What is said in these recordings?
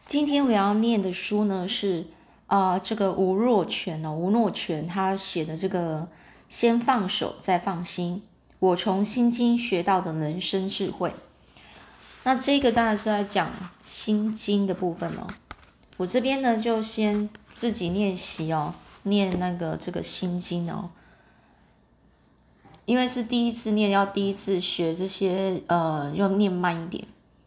今天我要念的书呢是这个吴若权他写的这个先放手再放心，我从心经学到的人生智慧。那这个当然是在讲心经的部分哦。我这边呢就先自己练习念这个心经哦，因为是第一次念，要第一次学这些要念慢一点。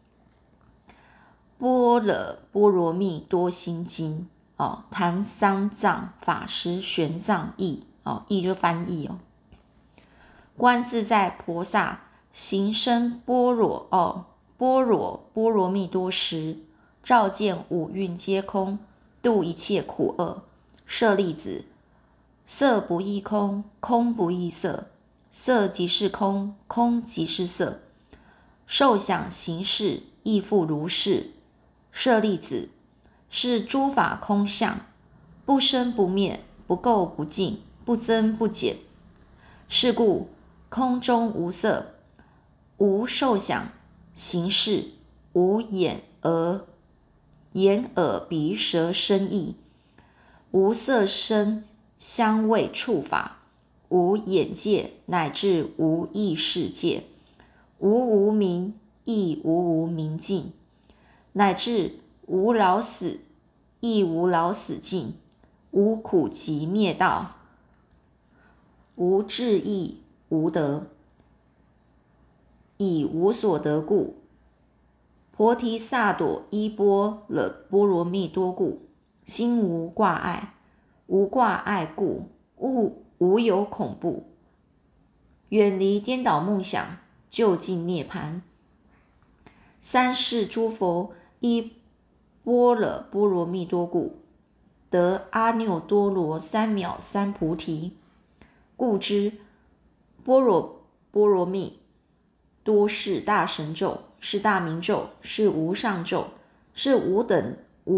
般若波罗蜜多心经唐三藏法师玄奘译译就翻译观自在菩萨行深般若波罗蜜多时，照见五蕴皆空，度一切苦厄。舍利子，色不异空，空不异色，色即是空，空即是色，受想行识亦复如是。舍利子，是诸法空相，不生不灭，不垢不净，不增不减。是故空中无色，无受想行识，无眼耳鼻舌身意，无色声香味触法，无眼界，乃至无意识界，无明亦无明尽，乃至无老死亦无老死尽，无苦集灭道，无智亦无得，以无所得故，菩提萨埵依般若波罗蜜多故，心无挂碍，无挂碍故，无有恐怖，远离颠倒梦想，究竟涅槃。三世诸佛依般若波罗蜜多故，得阿耨多罗三藐三菩提。故知般若波罗蜜多是大神咒，是大明咒，是无上咒，是无等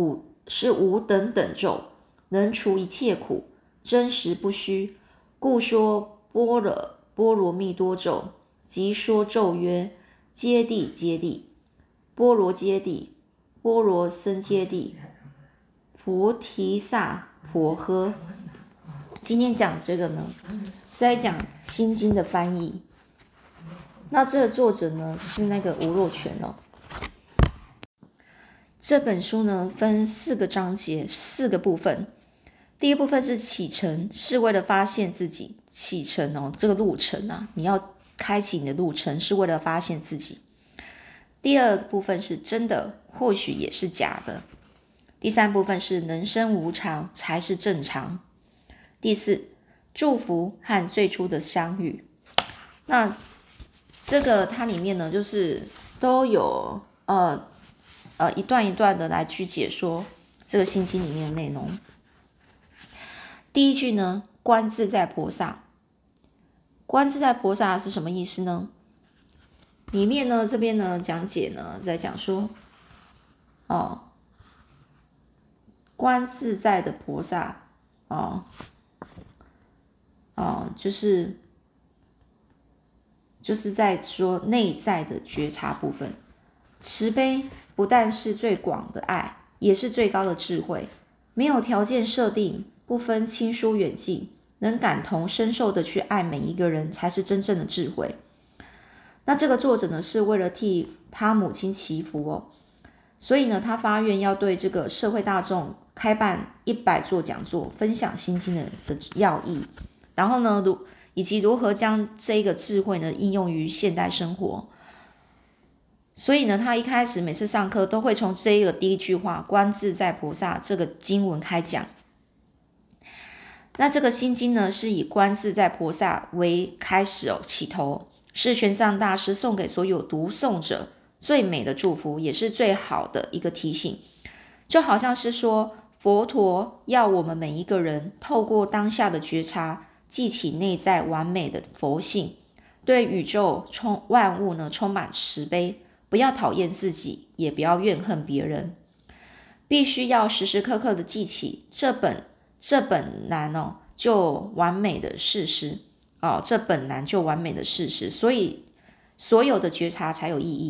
咒，能除一切苦，真实不虚。故说般若波罗蜜多咒，即说咒曰：揭谛揭谛，波罗揭谛，波罗僧揭谛，菩提萨婆诃。今天讲这个呢，是在讲心经的翻译。那这个作者呢是那个吴若权这本书呢分4个章节，4个部分。第一部分是启程，是为了发现自己。启程这个路程你要开启你的路程，是为了发现自己。第二部分是真的，或许也是假的。第三部分是人生无常才是正常。第4，祝福和最初的相遇。那这个它里面呢，就是都有一段一段的来去解说这个心经里面的内容。第一句呢，观自在菩萨。观自在菩萨是什么意思呢？里面呢，这边呢讲解呢，在讲说观自在的菩萨就是在说内在的觉察部分。慈悲不但是最广的爱，也是最高的智慧，没有条件设定，不分亲疏远近，能感同身受的去爱每一个人，才是真正的智慧。那这个作者呢，是为了替他母亲祈福所以呢，他发愿要对这个社会大众开办100座讲座，分享心经的要义，然后呢，以及如何将这个智慧呢应用于现代生活。所以呢，他一开始每次上课都会从这个第一句话观自在菩萨这个经文开讲。那这个心经呢，是以观自在菩萨为开始起头，是玄奘大师送给所有读诵者最美的祝福，也是最好的一个提醒。就好像是说，佛陀要我们每一个人透过当下的觉察，记起内在完美的佛性，对宇宙万物呢充满慈悲，不要讨厌自己，也不要怨恨别人，必须要时时刻刻的记起这本难就完美的事实这本难就完美的事实，所以所有的觉察才有意义。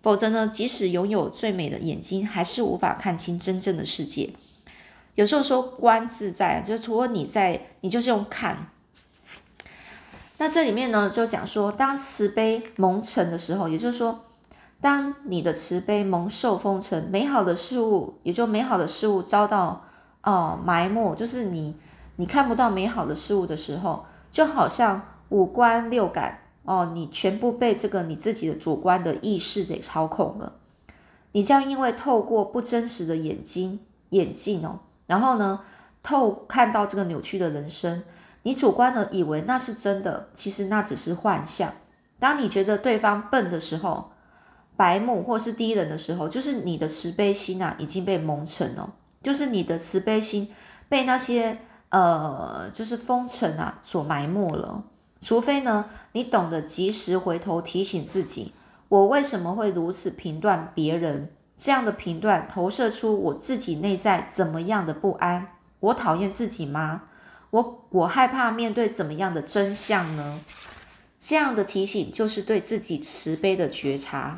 否则呢，即使拥有最美的眼睛，还是无法看清真正的世界。有时候说观自在，就除了你就是用看。那这里面呢，就讲说，当慈悲蒙尘的时候，也就是说，当你的慈悲蒙受风尘，美好的事物，也就美好的事物遭到埋没，就是你看不到美好的事物的时候，就好像五官六感你全部被这个你自己的主观的意识给操控了。你将因为透过不真实的眼镜然后呢看到这个扭曲的人生，你主观的以为那是真的，其实那只是幻象。当你觉得对方笨的时候，白目或是低人的时候，就是你的慈悲心已经被蒙尘了，就是你的慈悲心被那些就是风尘所埋没了。除非呢，你懂得及时回头提醒自己，我为什么会如此评断别人？这样的评断投射出我自己内在怎么样的不安？我讨厌自己吗？我害怕面对怎么样的真相呢？这样的提醒就是对自己慈悲的觉察。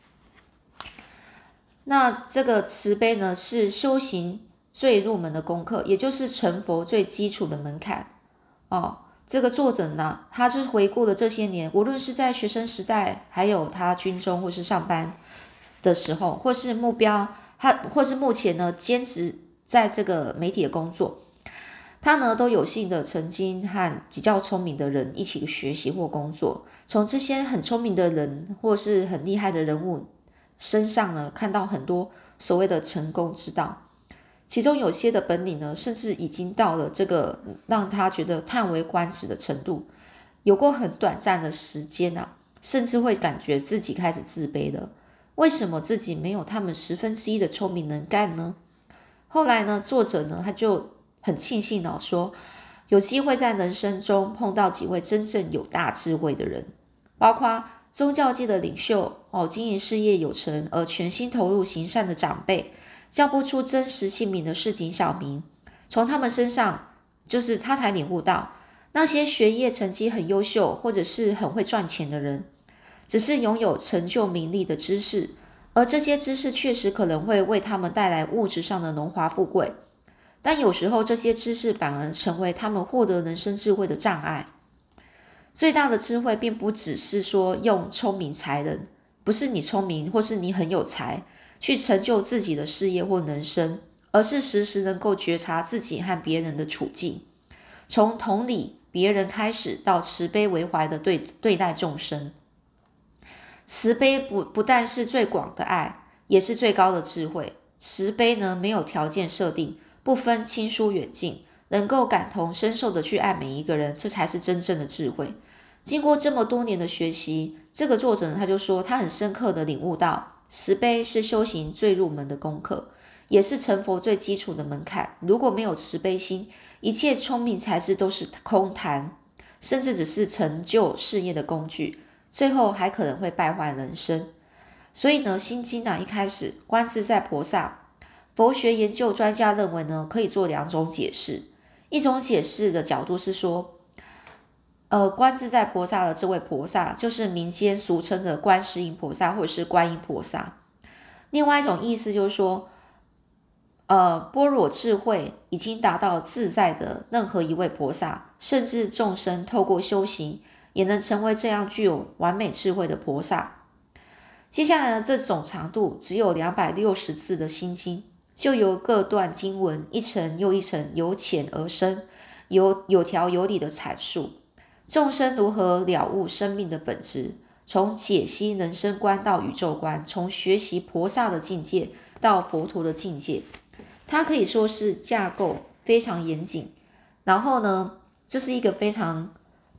那这个慈悲呢，是修行最入门的功课，也就是成佛最基础的门槛这个作者呢，他就是回顾了这些年，无论是在学生时代，还有他军中或是上班的时候，或是或是目前呢兼职在这个媒体的工作，他呢都有幸的曾经和比较聪明的人一起学习或工作，从这些很聪明的人或是很厉害的人物身上呢，看到很多所谓的成功之道。其中有些的本领呢，甚至已经到了这个让他觉得叹为观止的程度。有过很短暂的时间甚至会感觉自己开始自卑了。为什么自己没有他们1/10的聪明能干呢？后来呢，作者呢他就很庆幸说，有机会在人生中碰到几位真正有大智慧的人，包括宗教界的领袖经营事业有成而全心投入行善的长辈，叫不出真实姓名的市井小民，从他们身上，就是他才领悟到，那些学业成绩很优秀或者是很会赚钱的人，只是拥有成就名利的知识，而这些知识确实可能会为他们带来物质上的荣华富贵，但有时候这些知识反而成为他们获得人生智慧的障碍。最大的智慧并不只是说用聪明才能，不是你聪明或是你很有才去成就自己的事业或人生，而是时时能够觉察自己和别人的处境，从同理别人开始，到慈悲为怀的对待众生。慈悲不但是最广的爱，也是最高的智慧。慈悲呢，没有条件设定，不分亲疏远近，能够感同身受的去爱每一个人，这才是真正的智慧。经过这么多年的学习，这个作者呢，他就说他很深刻的领悟到，慈悲是修行最入门的功课，也是成佛最基础的门槛。如果没有慈悲心，一切聪明才智都是空谈，甚至只是成就事业的工具，最后还可能会败坏人生。所以呢，心经一开始观自在菩萨，佛学研究专家认为呢，可以做2种解释。一种解释的角度是说，观自在菩萨的这位菩萨，就是民间俗称的观世音菩萨或者是观音菩萨。另外一种意思就是说，般若智慧已经达到自在的任何一位菩萨，甚至众生透过修行，也能成为这样具有完美智慧的菩萨。接下来的这种长度只有260字的心经，就由各段经文一层又一层由浅而深，有条有理的阐述众生如何了悟生命的本质，从解析人生观到宇宙观，从学习菩萨的境界到佛陀的境界。它可以说是架构非常严谨，然后呢，这是一个非常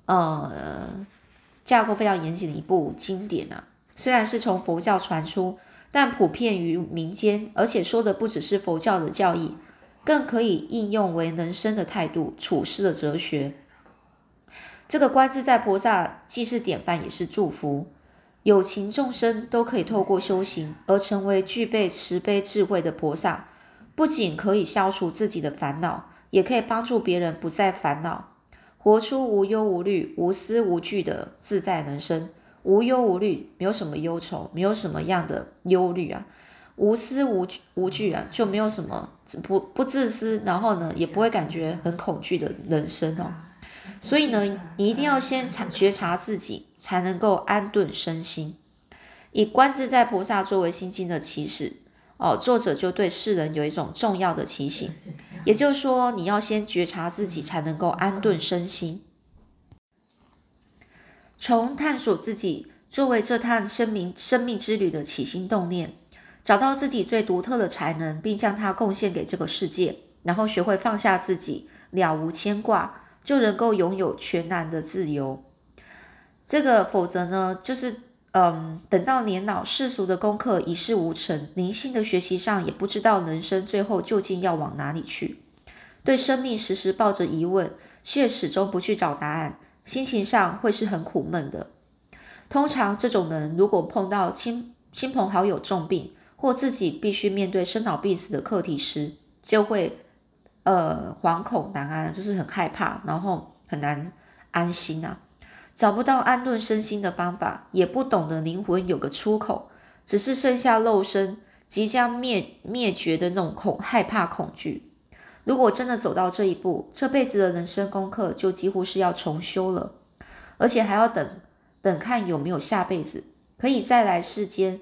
架构非常严谨的一部经典虽然是从佛教传出，但普遍于民间，而且说的不只是佛教的教义，更可以应用为人生的态度、处事的哲学。这个观自在菩萨既是典范，也是祝福。有情众生都可以透过修行而成为具备慈悲智慧的菩萨，不仅可以消除自己的烦恼，也可以帮助别人不再烦恼，活出无忧无虑、无思无惧的自在人生。 无忧无虑，没有什么忧愁，没有什么样的忧虑啊，无思无惧啊，就没有什么不自私，然后呢也不会感觉很恐惧的人生哦。所以呢，你一定要先觉察自己，才能够安顿身心。以观自在菩萨作为心经的起始作者就对世人有一种重要的提醒，也就是说，你要先觉察自己，才能够安顿身心。从探索自己作为这趟生命之旅的起心动念，找到自己最独特的才能，并将它贡献给这个世界，然后学会放下自己，了无牵挂，就能够拥有全然的自由。否则呢，就是等到年老，世俗的功课一事无成，灵性的学习上也不知道人生最后究竟要往哪里去。对生命时时抱着疑问，却始终不去找答案，心情上会是很苦闷的。通常这种人如果碰到亲朋好友重病，或自己必须面对生老病死的课题时，就会惶恐难安，就是很害怕，然后很难安心啊，找不到安顿身心的方法，也不懂得灵魂有个出口，只是剩下肉身即将灭绝的那种害怕恐惧。如果真的走到这一步，这辈子的人生功课就几乎是要重修了，而且还要等看有没有下辈子可以再来世间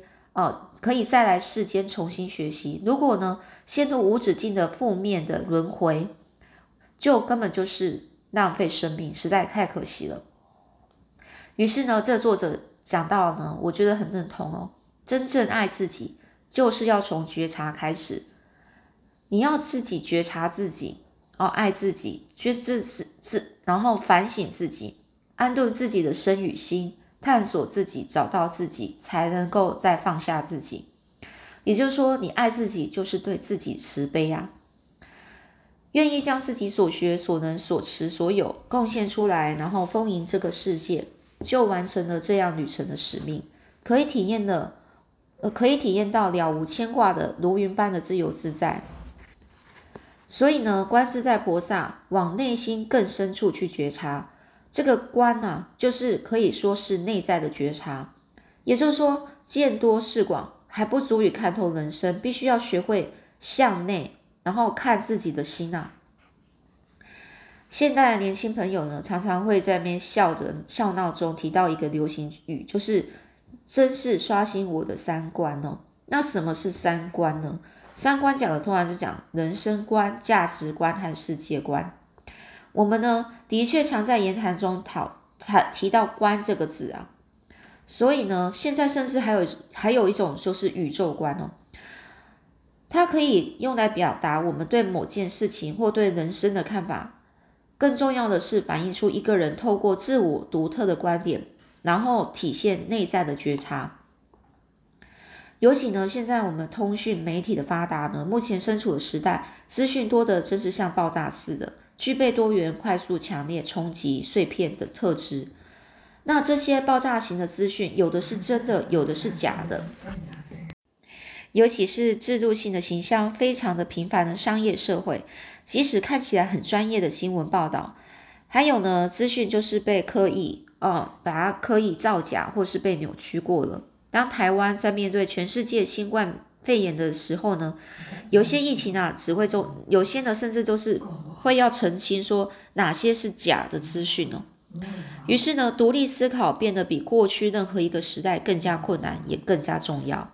重新学习。如果呢陷入无止境的负面的轮回，就根本就是浪费生命，实在太可惜了。于是呢，这作者讲到呢，我觉得很认同哦。真正爱自己，就是要从觉察开始。你要自己觉察自己，爱自己，然后反省自己，安顿自己的身与心，探索自己，找到自己，才能够再放下自己。也就是说，你爱自己，就是对自己慈悲啊，愿意将自己所学、所能、所持、所有贡献出来，然后丰盈这个世界，就完成了这样旅程的使命，可以体验到了无牵挂的如云般的自由自在。所以呢，观自在菩萨往内心更深处去觉察，这个观啊，就是可以说是内在的觉察。也就是说，见多识广还不足以看透人生，必须要学会向内，然后看自己的心啊。现代的年轻朋友呢，常常会在那边笑闹中提到一个流行语，就是真是刷新我的三观哦。那什么是三观呢？三观讲的通常就讲人生观、价值观和世界观。我们呢，的确常在言谈中提到观这个字啊。所以呢，现在甚至还有一种就是宇宙观哦，它可以用来表达我们对某件事情或对人生的看法。更重要的是反映出一个人透过自我独特的观点，然后体现内在的觉察。尤其呢，现在我们通讯媒体的发达呢，目前身处的时代，资讯多的真是像爆炸似的，具备多元、快速、强烈、冲击、碎片的特质。那这些爆炸型的资讯，有的是真的，有的是假的。尤其是制度性的形象非常的频繁的商业社会，即使看起来很专业的新闻报道，还有呢，资讯就是被把它刻意造假，或是被扭曲过了。当台湾在面对全世界新冠肺炎的时候呢，有些疫情啊，有些呢，甚至都是会要澄清说哪些是假的资讯哦。于是呢，独立思考变得比过去任何一个时代更加困难，也更加重要。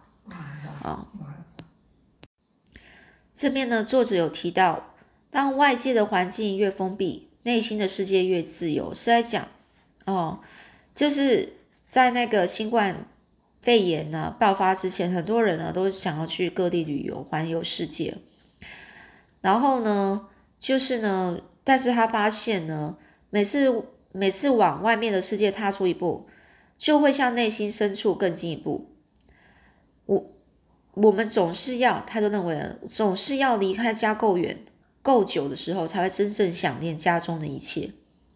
这边呢，作者有提到，当外界的环境越封闭，内心的世界越自由，是在讲就是在那个新冠肺炎呢爆发之前，很多人呢都想要去各地旅游，环游世界。然后呢，但是他发现呢，每次往外面的世界踏出一步，就会向内心深处更进一步。我们他就认为总是要离开家够远、够久的时候，才会真正想念家中的一切。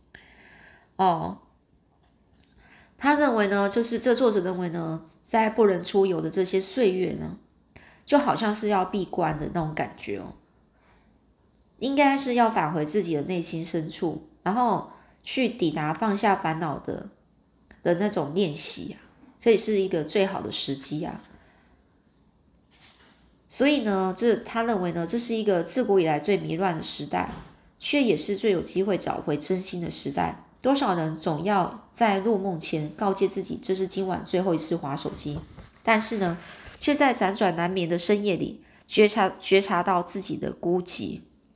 他认为呢，就是这作者认为呢，在不能出游的这些岁月呢，就好像是要闭关的那种感觉哦，应该是要返回自己的内心深处，然后去抵达放下烦恼的的那种练习啊，所以是一个最好的时机啊。所以呢，他认为呢，这是一个自古以来最迷乱的时代，却也是最有机会找回真心的时代。多少人总要在入梦前告诫自己，这是今晚最后一次滑手机，但是呢，却在辗转难眠的深夜里觉察到自己的孤寂。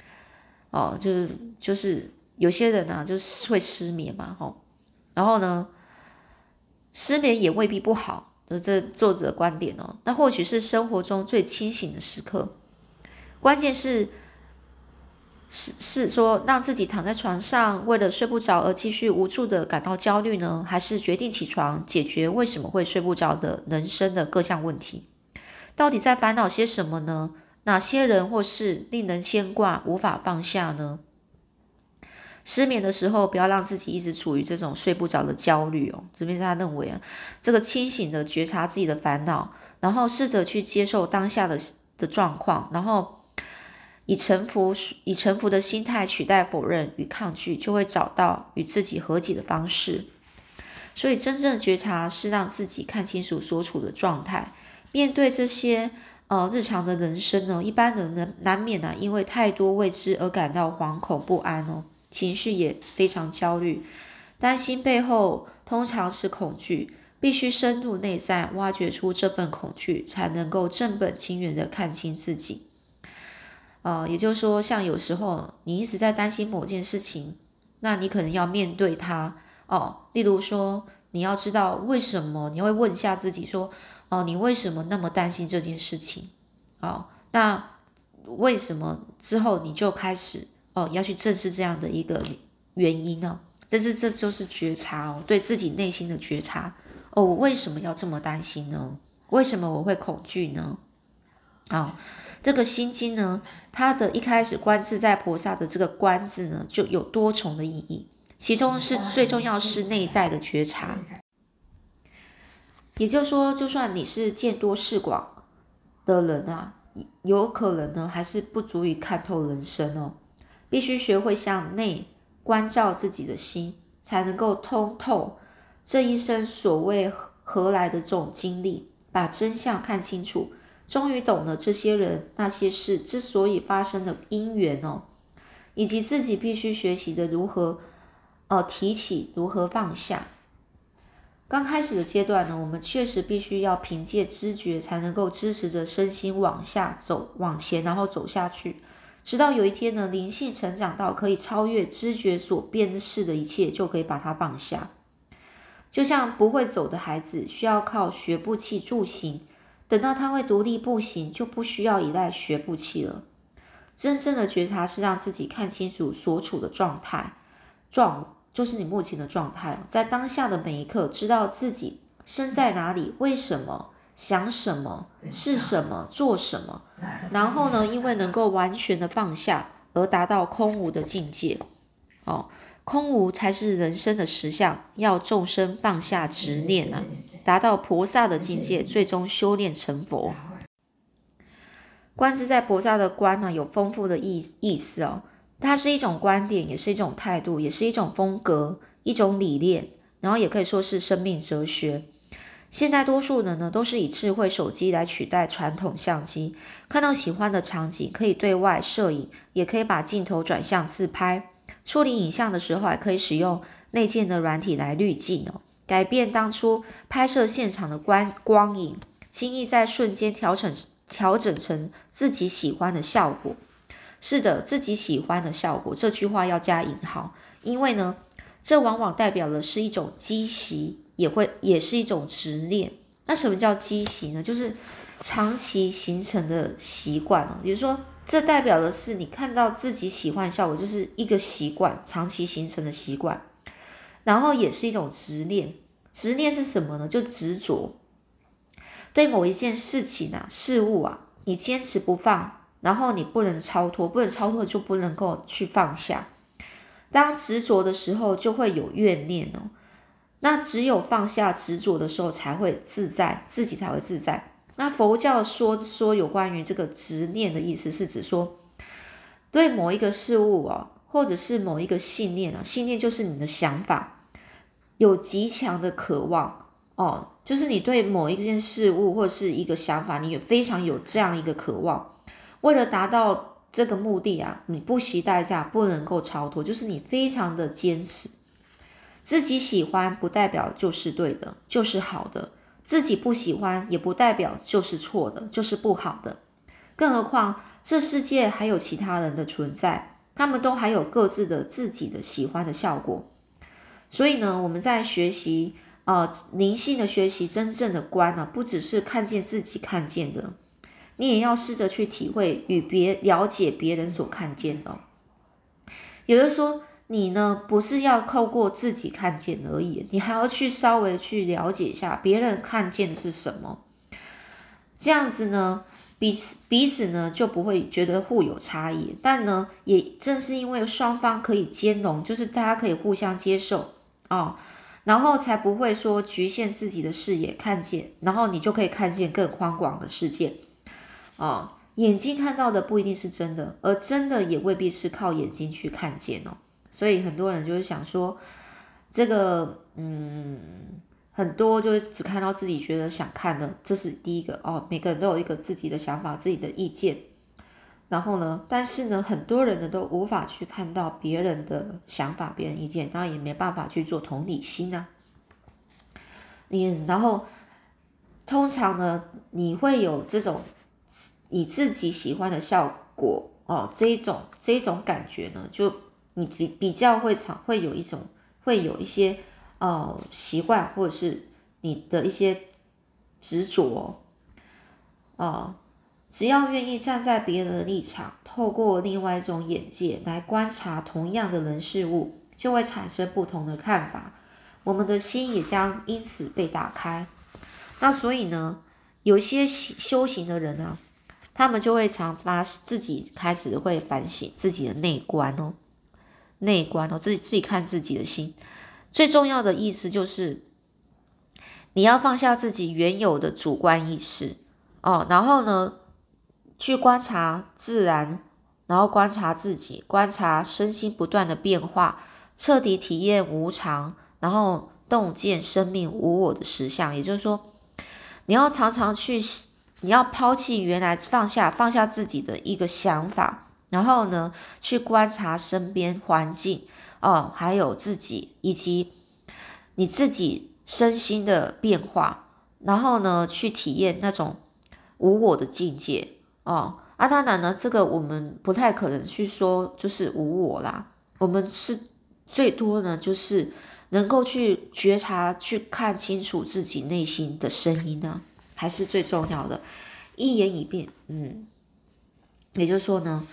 就是有些人啊，就是会失眠嘛，然后呢，失眠也未必不好。这作者的观点那或许是生活中最清醒的时刻。关键是说让自己躺在床上，为了睡不着而继续无助的感到焦虑呢，还是决定起床解决为什么会睡不着的人生的各项问题？到底在烦恼些什么呢？哪些人或事令人牵挂，无法放下呢？失眠的时候，不要让自己一直处于这种睡不着的焦虑这边是他认为这个清醒的觉察自己的烦恼，然后试着去接受当下的状况，然后以臣服的心态取代否认与抗拒，就会找到与自己和解的方式。所以真正的觉察是让自己看清楚所处的状态，面对这些日常的人生呢，一般人难免因为太多未知而感到惶恐不安情绪也非常焦虑，担心背后通常是恐惧，必须深入内在挖掘出这份恐惧，才能够正本清源的看清自己。也就是说，像有时候你一直在担心某件事情，那你可能要面对它例如说你要知道为什么，你会问一下自己说你为什么那么担心这件事情那为什么之后你就开始要去正视这样的一个原因呢？这就是觉察对自己内心的觉察我为什么要这么担心呢？为什么我会恐惧呢？这个心经呢，它的一开始观自在菩萨的这个观字呢，就有多重的意义，其中是最重要是内在的觉察。也就是说，就算你是见多识广的人有可能呢还是不足以看透人生必须学会向内关照自己的心，才能够通透这一生所谓何来的这种经历，把真相看清楚，终于懂了这些人那些事之所以发生的因缘以及自己必须学习的如何提起，如何放下。刚开始的阶段呢，我们确实必须要凭借知觉才能够支持着身心往前，然后走下去，直到有一天呢，灵性成长到可以超越知觉所辨识的一切，就可以把它放下。就像不会走的孩子需要靠学步器助行，等到他会独立步行，就不需要依赖学步器了。真正的觉察是让自己看清楚所处的状态，就是你目前的状态，在当下的每一刻，知道自己身在哪里，为什么，想什么，是什么，做什么。然后呢，因为能够完全的放下，而达到空无的境界。空无才是人生的实相，要众生放下执念达到菩萨的境界，最终修炼成佛。观自在菩萨的观有丰富的意思它是一种观点，也是一种态度，也是一种风格，一种理念，然后也可以说是生命哲学。现在多数人呢，都是以智慧手机来取代传统相机，看到喜欢的场景可以对外摄影，也可以把镜头转向自拍。处理影像的时候，还可以使用内建的软体来滤镜改变当初拍摄现场的光影，轻易在瞬间调整成自己喜欢的效果。是的，自己喜欢的效果，这句话要加引号，因为呢，这往往代表的是一种积习，也是一种执念。那什么叫积习呢？就是长期形成的习惯比如说，这代表的是你看到自己喜欢的效果，就是一个习惯，长期形成的习惯。然后也是一种执念，执念是什么呢？就执着，对某一件事情事物你坚持不放。然后你不能超脱就不能够去放下。当执着的时候，就会有怨念那只有放下执着的时候，才会自在，自己才会自在。那佛教说有关于这个执念的意思，是指说对某一个事物或者是某一个信念信念就是你的想法。 有极强的渴望哦，就是你对某一件事物或者是一个想法，你也非常有这样一个渴望，为了达到这个目的啊，你不惜代价，不能够超脱，就是你非常的坚持。自己喜欢不代表就是对的，就是好的；自己不喜欢也不代表就是错的，就是不好的。更何况这世界还有其他人的存在，他们都还有各自的自己的喜欢的效果。所以呢，我们在学习灵性的学习，真正的观呢，不只是看见自己看见的，你也要试着去体会与了解别人所看见的。也就是说，你呢不是要透过自己看见而已，你还要去稍微去了解一下别人看见的是什么。这样子呢，彼此呢就不会觉得互有差异，但呢，也正是因为双方可以兼容，就是大家可以互相接受然后才不会说局限自己的视野看见，然后你就可以看见更宽广的世界眼睛看到的不一定是真的，而真的也未必是靠眼睛去看见所以很多人就是想说，这个很多就是只看到自己觉得想看的，这是第一个每个人都有一个自己的想法、自己的意见。然后呢，但是呢，很多人呢都无法去看到别人的想法、别人意见，然后也没办法去做同理心然后通常呢，你会有这种你自己喜欢的效果这一种感觉呢，就你比较会有一些习惯，或者是你的一些执着只要愿意站在别人的立场，透过另外一种眼界来观察同样的人事物，就会产生不同的看法，我们的心也将因此被打开。那所以呢，有些修行的人啊，他们就会常发自己开始会反省自己的内观自己看自己的心。最重要的意思就是你要放下自己原有的主观意识然后呢去观察自然，然后观察自己，观察身心不断的变化，彻底体验无常，然后洞见生命无我的实相。也就是说，你要常常你要抛弃原来放下自己的一个想法，然后呢去观察身边环境还有自己以及你自己身心的变化，然后呢去体验那种无我的境界当然呢，这个我们不太可能去说就是无我啦，我们是最多呢就是能够去觉察，去看清楚自己内心的声音呢，还是最重要的。一言以蔽也就是说呢，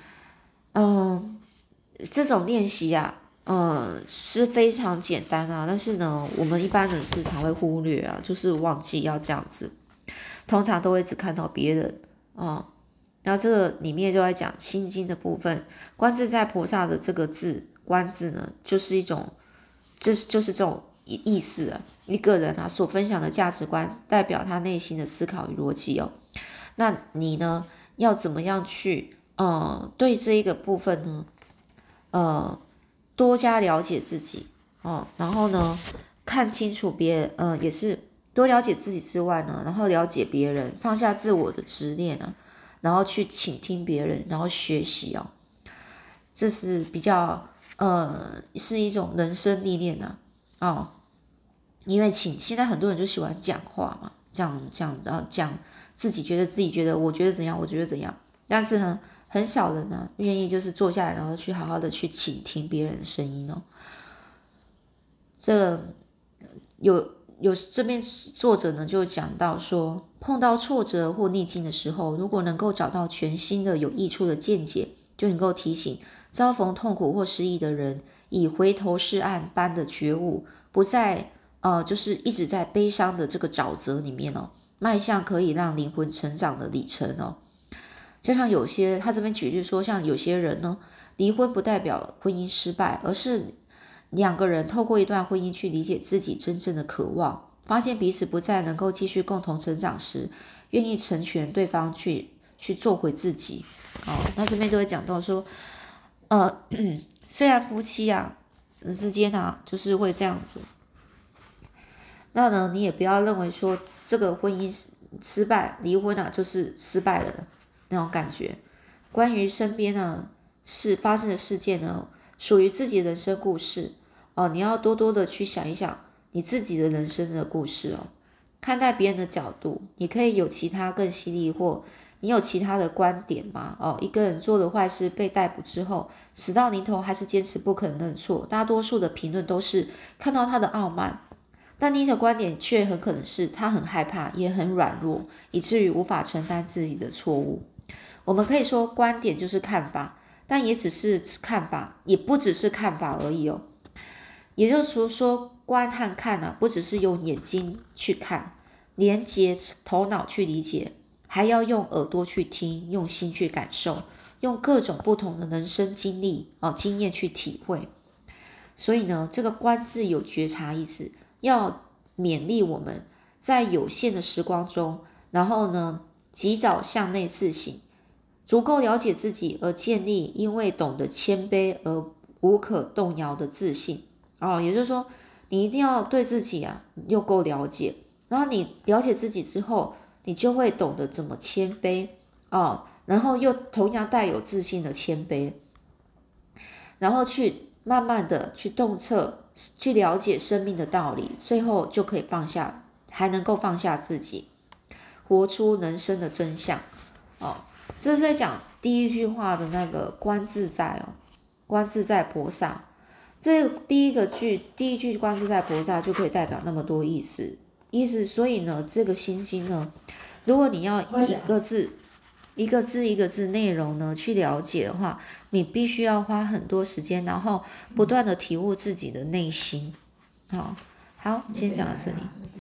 这种练习是非常简单但是呢，我们一般人是常会忽略就是忘记要这样子，通常都会只看到别人然后这个里面就在讲心经的部分，观自在菩萨的这个字观字呢，就是一种就是这种意思一个人所分享的价值观代表他内心的思考与逻辑那你呢要怎么样去对这一个部分呢多加了解自己然后呢看清楚别人也是多了解自己之外呢，然后了解别人，放下自我的执念然后去倾听别人，然后学习这是比较是一种人生历练因为现在很多人就喜欢讲话嘛，讲自己觉得我觉得怎样，我觉得怎样，但是呢很少人呢愿意就是坐下来，然后去好好的去倾听别人的声音这个有这边作者呢就讲到说，碰到挫折或逆境的时候，如果能够找到全新的有益处的见解，就能够提醒遭逢痛苦或失意的人，以回头是岸般的觉悟，不再就是一直在悲伤的这个沼泽里面迈向可以让灵魂成长的里程就像有些他这边举例说，像有些人呢，离婚不代表婚姻失败，而是两个人透过一段婚姻去理解自己真正的渴望，发现彼此不再能够继续共同成长时，愿意成全对方去做回自己那这边就会讲到说虽然夫妻之间就是会这样子那呢，你也不要认为说这个婚姻失败，离婚啊就是失败了的那种感觉。关于身边呢发生的事件呢，属于自己的人生故事哦，你要多多的去想一想你自己的人生的故事哦。看待别人的角度，你可以有其他更犀利，或你有其他的观点吗？哦，一个人做了坏事被逮捕之后，死到临头还是坚持不肯认错，大多数的评论都是看到他的傲慢，但你的观点却很可能是他很害怕，也很软弱，以至于无法承担自己的错误。我们可以说观点就是看法，但也只是看法，也不只是看法而已哦。也就是说，观和看啊，不只是用眼睛去看，连接头脑去理解，还要用耳朵去听，用心去感受，用各种不同的人生经历经验去体会。所以呢，这个观字有觉察意思，要勉励我们在有限的时光中，然后呢，及早向内自省，足够了解自己，而建立因为懂得谦卑而无可动摇的自信。也就是说，你一定要对自己又够了解，然后你了解自己之后，你就会懂得怎么谦卑然后又同样带有自信的谦卑，然后去慢慢的去洞彻，去了解生命的道理，最后就可以放下，还能够放下自己，活出人生的真相这是在讲第一句话的那个观自在观自在菩萨。这第一句观自在菩萨就可以代表那么多意思，所以呢，这个心经呢，如果你要一个字一个字内容呢去了解的话，你必须要花很多时间，然后不断的体悟自己的内心。好，今天讲到这里。